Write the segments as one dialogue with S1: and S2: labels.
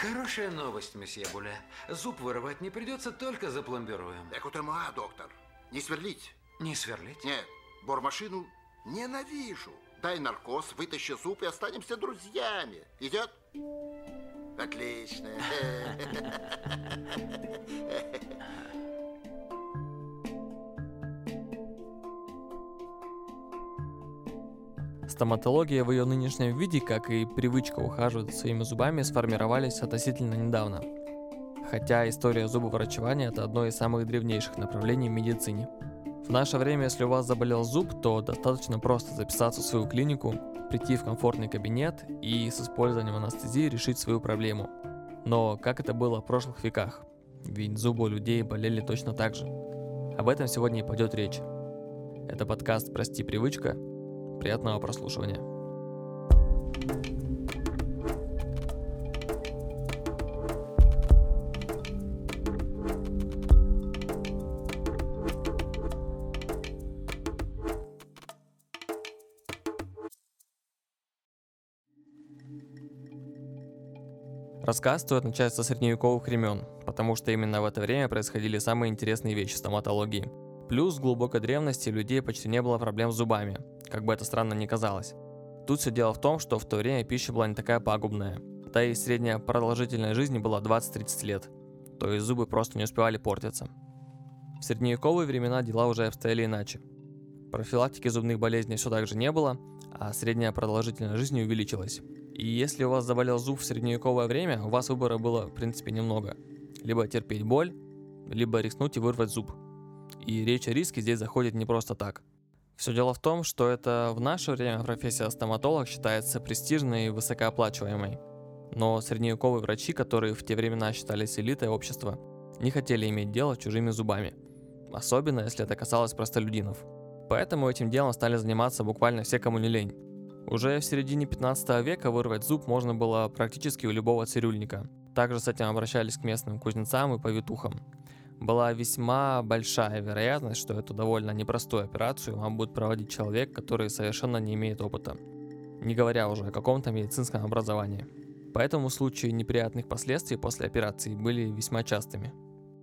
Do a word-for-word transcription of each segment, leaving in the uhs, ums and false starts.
S1: Хорошая новость, месье Буле. Зуб вырывать не придется, только запломбируем.
S2: Экутема, доктор. Не сверлить.
S1: Не сверлить?
S2: Нет, бормашину ненавижу. Дай наркоз, вытащи зуб и останемся друзьями. Идет? Отлично.
S3: Стоматология в ее нынешнем виде, как и привычка ухаживать за своими зубами, сформировались относительно недавно. Хотя история зубоврачевания – это одно из самых древнейших направлений в медицине. В наше время, если у вас заболел зуб, то достаточно просто записаться в свою клинику, прийти в комфортный кабинет и с использованием анестезии решить свою проблему. Но как это было в прошлых веках? Ведь зубы у людей болели точно так же. Об этом сегодня и пойдет речь. Это подкаст «Прости, привычка». Приятного прослушивания. Рассказ стоит начать со средневековых времен, потому что именно в это время происходили самые интересные вещи в стоматологии. Плюс в глубокой древности у людей почти не было проблем с зубами, как бы это странно ни казалось. Тут все дело в том, что в то время пища была не такая пагубная, да и средняя продолжительность жизни была двадцать-тридцать лет, то есть зубы просто не успевали портиться. В средневековые времена дела уже обстояли иначе. Профилактики зубных болезней все так же не было, а средняя продолжительность жизни увеличилась. И если у вас заболел зуб в средневековое время, у вас выбора было в принципе немного. Либо терпеть боль, либо рискнуть и вырвать зуб. И речь о риске здесь заходит не просто так. Все дело в том, что это в наше время профессия стоматолог считается престижной и высокооплачиваемой. Но средневековые врачи, которые в те времена считались элитой общества, не хотели иметь дело с чужими зубами. Особенно, если это касалось простолюдинов. Поэтому этим делом стали заниматься буквально все, кому не лень. Уже в середине пятнадцатого века вырвать зуб можно было практически у любого цирюльника. Также с этим обращались к местным кузнецам и повитухам. Была весьма большая вероятность, что эту довольно непростую операцию вам будет проводить человек, который совершенно не имеет опыта, не говоря уже о каком-то медицинском образовании. Поэтому случаи неприятных последствий после операции были весьма частыми.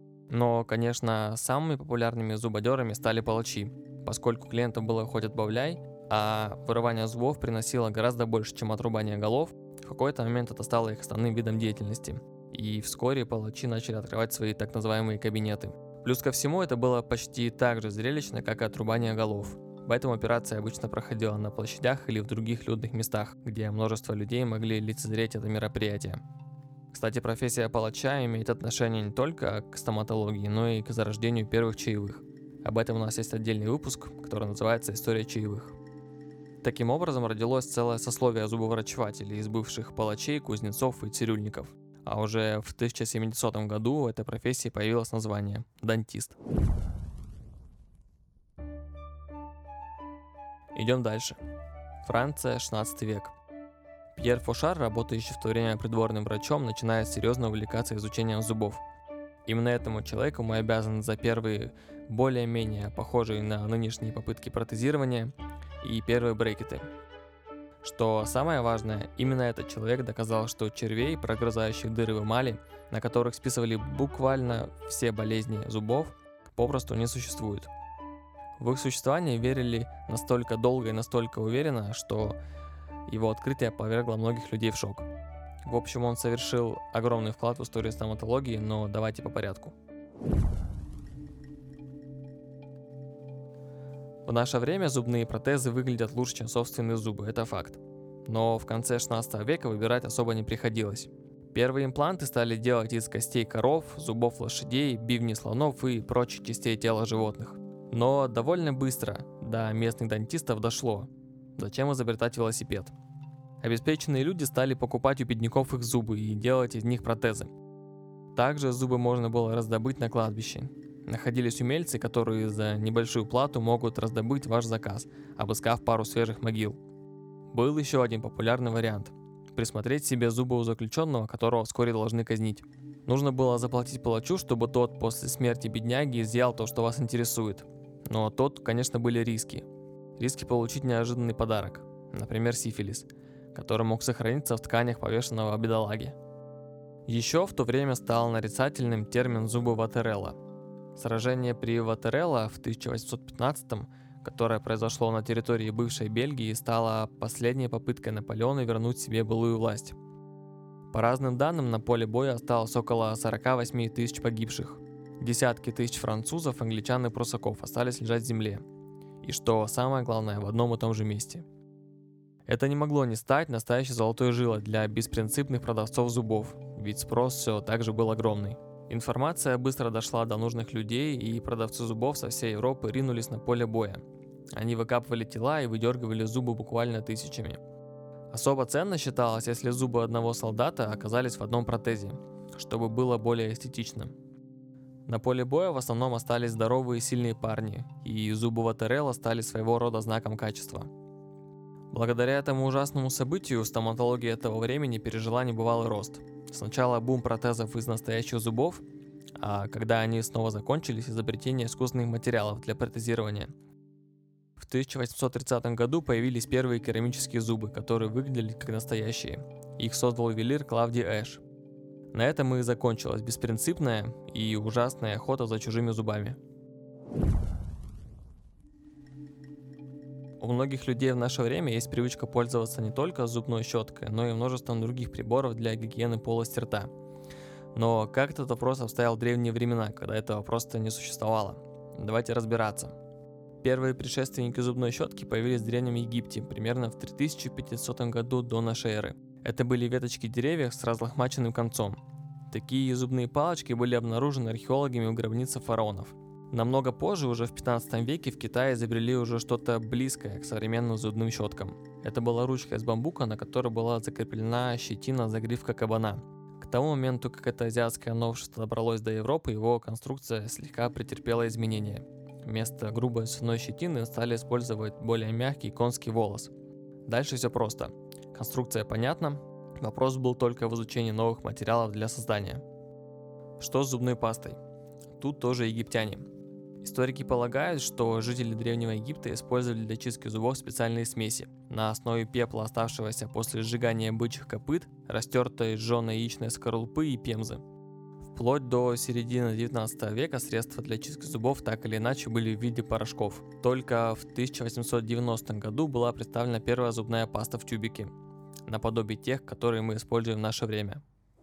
S3: Но, конечно, самыми популярными зубодерами стали палачи, поскольку клиентов было хоть отбавляй, а вырывание зубов приносило гораздо больше, чем отрубание голов. В какой-то момент это стало их основным видом деятельности. И вскоре палачи начали открывать свои так называемые кабинеты. Плюс ко всему это было почти так же зрелищно, как и отрубание голов. Поэтому операция обычно проходила на площадях или в других людных местах, где множество людей могли лицезреть это мероприятие. Кстати, профессия палача имеет отношение не только к стоматологии, но и к зарождению первых чаевых. Об этом у нас есть отдельный выпуск, который называется «История чаевых». Таким образом родилось целое сословие зубоврачевателей из бывших палачей, кузнецов и цирюльников. А уже в тысяча семисотом году у этой профессии появилось название – дантист. Идем дальше. Франция, шестнадцатый век. Пьер Фошар, работающий в то время придворным врачом, начинает серьезно увлекаться изучением зубов. Именно этому человеку мы обязаны за первые, более-менее похожие на нынешние попытки протезирования и первые брекеты. Что самое важное, именно этот человек доказал, что червей, прогрызающих дыры в эмали, на которых списывали буквально все болезни зубов, попросту не существует. В их существование верили настолько долго и настолько уверенно, что его открытие повергло многих людей в шок. В общем, он совершил огромный вклад в историю стоматологии, но давайте по порядку. В наше время зубные протезы выглядят лучше, чем собственные зубы, это факт. Но в конце шестнадцатого века выбирать особо не приходилось. Первые импланты стали делать из костей коров, зубов лошадей, бивней слонов и прочих частей тела животных. Но довольно быстро до местных дантистов дошло, зачем изобретать велосипед. Обеспеченные люди стали покупать у бедняков их зубы и делать из них протезы. Также зубы можно было раздобыть на кладбище. Находились умельцы, которые за небольшую плату могут раздобыть ваш заказ, обыскав пару свежих могил. Был еще один популярный вариант – присмотреть себе зубы у заключенного, которого вскоре должны казнить. Нужно было заплатить палачу, чтобы тот после смерти бедняги изъял то, что вас интересует. Но тут, конечно, были риски. Риски получить неожиданный подарок, например, сифилис, который мог сохраниться в тканях повешенного бедолаги. Еще в то время стал нарицательным термин «зубы Ватерелла». Сражение при Ватерелло в тысяча восемьсот пятнадцатом, которое произошло на территории бывшей Бельгии, стало последней попыткой Наполеона вернуть себе былую власть. По разным данным, на поле боя осталось около сорок восемь тысяч погибших. Десятки тысяч французов, англичан и прусаков остались лежать в земле. И что самое главное, в одном и том же месте. Это не могло не стать настоящей золотой жилой для беспринципных продавцов зубов, ведь спрос все так же был огромный. Информация быстро дошла до нужных людей, и продавцы зубов со всей Европы ринулись на поле боя. Они выкапывали тела и выдергивали зубы буквально тысячами. Особо ценно считалось, если зубы одного солдата оказались в одном протезе, чтобы было более эстетично. На поле боя в основном остались здоровые и сильные парни, и зубы Ватерелло стали своего рода знаком качества. Благодаря этому ужасному событию стоматология этого времени пережила небывалый рост. Сначала бум протезов из настоящих зубов, а когда они снова закончились, изобретение искусственных материалов для протезирования. В тысяча восемьсот тридцатом году появились первые керамические зубы, которые выглядели как настоящие. Их создал ювелир Клавдий Эш. На этом и закончилась беспринципная и ужасная охота за чужими зубами. У многих людей в наше время есть привычка пользоваться не только зубной щеткой, но и множеством других приборов для гигиены полости рта. Но как этот вопрос обстоял в древние времена, когда этого просто не существовало? Давайте разбираться. Первые предшественники зубной щетки появились в Древнем Египте примерно в три тысячи пятисотом году до нашей эры. Это были веточки деревьев с разлохмаченным концом. Такие зубные палочки были обнаружены археологами в гробницах фараонов. Намного позже, уже в пятнадцатом веке, в Китае изобрели уже что-то близкое к современным зубным щеткам. Это была ручка из бамбука, на которой была закреплена щетина загривка кабана. К тому моменту, как это азиатское новшество добралось до Европы, его конструкция слегка претерпела изменения. Вместо грубой свиной щетины стали использовать более мягкий конский волос. Дальше все просто. Конструкция понятна, вопрос был только в изучении новых материалов для создания. Что с зубной пастой? Тут тоже египтяне. Историки полагают, что жители Древнего Египта использовали для чистки зубов специальные смеси на основе пепла, оставшегося после сжигания бычьих копыт, растертой сжженной яичной скорлупы и пемзы. Вплоть до середины девятнадцатого века средства для чистки зубов так или иначе были в виде порошков. Только в тысяча восемьсот девяностом году была представлена первая зубная паста в тюбике, наподобие тех, которые мы используем в наше время.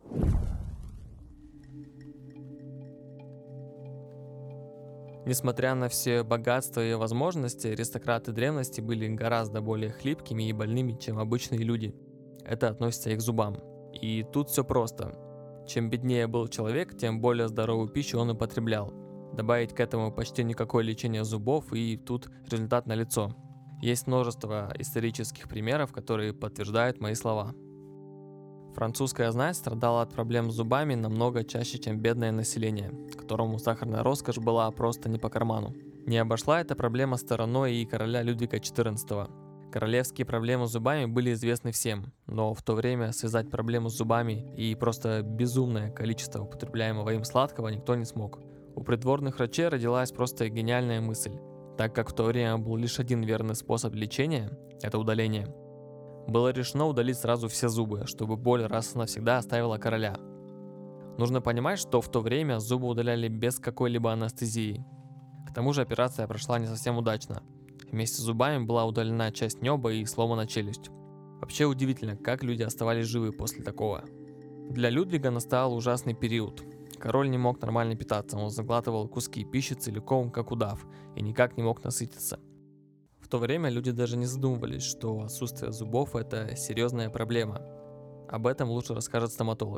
S3: Несмотря на все богатства и возможности, аристократы древности были гораздо более хлипкими и больными, чем обычные люди. Это относится и к зубам. И тут все просто. Чем беднее был человек, тем более здоровую пищу он употреблял. Добавить к этому почти никакое лечение зубов, и тут результат налицо. Есть множество исторических примеров, которые подтверждают мои слова. Французская знать страдала от проблем с зубами намного чаще, чем бедное население, которому сахарная роскошь была просто не по карману. Не обошла эта проблема стороной и короля Людвига четырнадцатого. Королевские проблемы с зубами были известны всем, но в то время связать проблему с зубами и просто безумное количество употребляемого им сладкого никто не смог. У придворных врачей родилась просто гениальная мысль. Так как в то время был лишь один верный способ лечения – это удаление. Было решено удалить сразу все зубы, чтобы боль раз и навсегда оставила короля. Нужно понимать, что в то время зубы удаляли без какой-либо анестезии. К тому же операция прошла не совсем удачно. Вместе с зубами была удалена часть неба и сломана челюсть. Вообще удивительно, как люди оставались живы после такого. Для Людвига настал ужасный период. Король не мог нормально питаться, он заглатывал куски пищи целиком, как удав, и никак не мог насытиться. В то время люди даже не задумывались, что отсутствие зубов – это серьезная проблема. Об этом лучше расскажет стоматолог.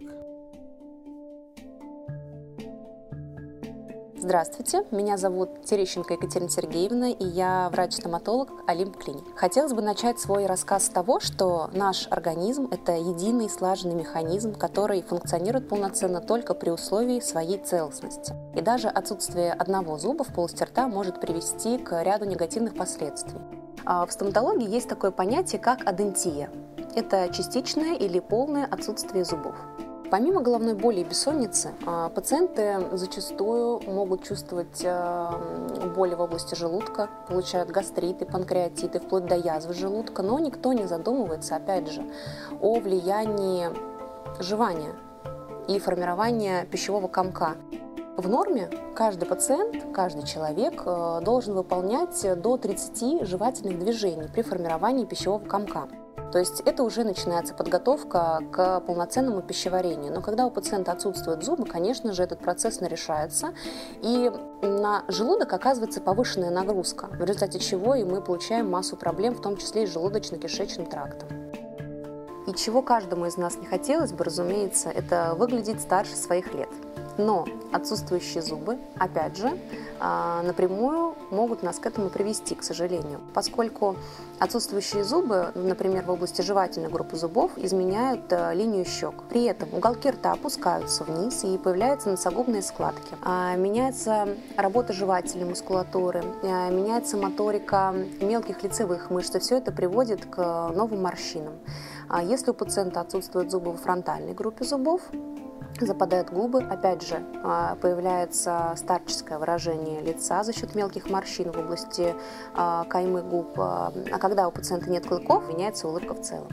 S4: Здравствуйте, меня зовут Терещенко Екатерина Сергеевна, и я врач-стоматолог Олимп Клиник. Хотелось бы начать свой рассказ с того, что наш организм – это единый слаженный механизм, который функционирует полноценно только при условии своей целостности. И даже отсутствие одного зуба в полости рта может привести к ряду негативных последствий. В стоматологии есть такое понятие, как адентия. Это частичное или полное отсутствие зубов. Помимо головной боли и бессонницы, пациенты зачастую могут чувствовать боли в области желудка, получают гастриты, панкреатиты, вплоть до язвы желудка, но никто не задумывается, опять же, о влиянии жевания и формирование пищевого комка. В норме каждый пациент, каждый человек должен выполнять до тридцати жевательных движений при формировании пищевого комка. То есть это уже начинается подготовка к полноценному пищеварению. Но когда у пациента отсутствуют зубы, конечно же, этот процесс нарушается, и на желудок оказывается повышенная нагрузка, в результате чего и мы получаем массу проблем, в том числе и с желудочно-кишечным трактом. И чего каждому из нас не хотелось бы, разумеется, это выглядеть старше своих лет. Но отсутствующие зубы, опять же, напрямую могут нас к этому привести, к сожалению, поскольку отсутствующие зубы, например, в области жевательной группы зубов, изменяют линию щек. При этом уголки рта опускаются вниз и появляются носогубные складки. Меняется работа жевательной мускулатуры, меняется моторика мелких лицевых мышц, и все это приводит к новым морщинам. Если у пациента отсутствуют зубы во фронтальной группе зубов, западают губы, опять же, появляется старческое выражение лица за счет мелких морщин в области каймы губ. А когда у пациента нет клыков, меняется улыбка в целом.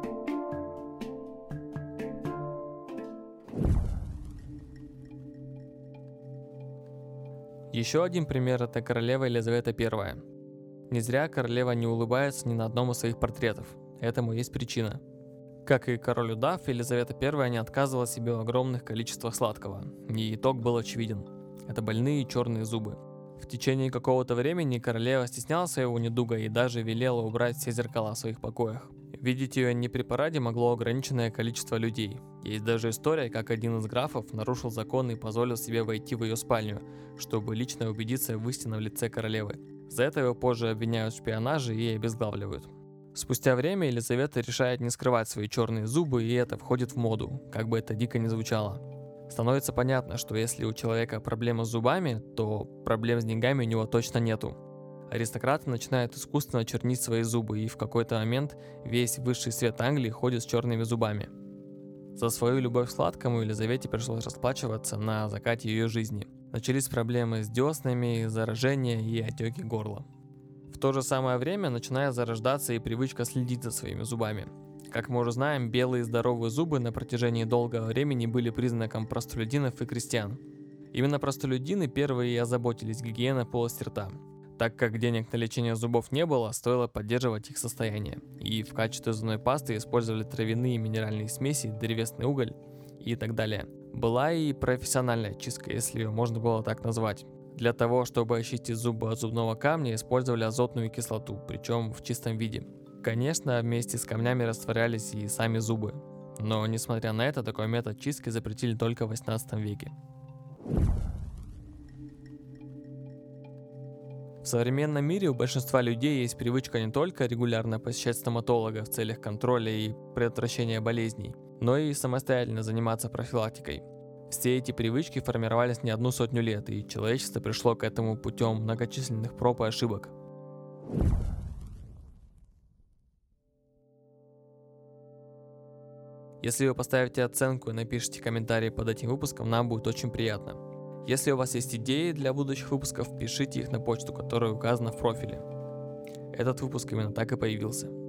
S3: Еще один пример – это королева Елизавета Первая. Не зря королева не улыбается ни на одном из своих портретов. Этому есть причина. Как и король удав, Елизавета Первая не отказывала себе в огромных количествах сладкого, и итог был очевиден. Это больные черные зубы. В течение какого-то времени королева стесняла своего недуга и даже велела убрать все зеркала в своих покоях. Видеть ее не при параде могло ограниченное количество людей. Есть даже история, как один из графов нарушил закон и позволил себе войти в ее спальню, чтобы лично убедиться в истинном лице королевы. За это его позже обвиняют в шпионаже и обезглавливают. Спустя время Елизавета решает не скрывать свои черные зубы, и это входит в моду, как бы это дико ни звучало. Становится понятно, что если у человека проблема с зубами, то проблем с деньгами у него точно нету. Аристократы начинают искусственно чернить свои зубы, и в какой-то момент весь высший свет Англии ходит с черными зубами. За свою любовь к сладкому Елизавете пришлось расплачиваться на закате ее жизни. Начались проблемы с деснами, заражения и отеки горла. В то же самое время начинает зарождаться и привычка следить за своими зубами. Как мы уже знаем, белые здоровые зубы на протяжении долгого времени были признаком простолюдинов и крестьян. Именно простолюдины первые и озаботились гигиеной полости рта. Так как денег на лечение зубов не было, стоило поддерживать их состояние. И в качестве зубной пасты использовали травяные и минеральные смеси, древесный уголь и так далее. Была и профессиональная чистка, если ее можно было так назвать. Для того, чтобы очистить зубы от зубного камня, использовали азотную кислоту, причем в чистом виде. Конечно, вместе с камнями растворялись и сами зубы. Но, несмотря на это, такой метод чистки запретили только в восемнадцатом веке. В современном мире у большинства людей есть привычка не только регулярно посещать стоматолога в целях контроля и предотвращения болезней, но и самостоятельно заниматься профилактикой. Все эти привычки формировались не одну сотню лет, и человечество пришло к этому путем многочисленных проб и ошибок. Если вы поставите оценку и напишите комментарий под этим выпуском, нам будет очень приятно. Если у вас есть идеи для будущих выпусков, пишите их на почту, которая указана в профиле. Этот выпуск именно так и появился.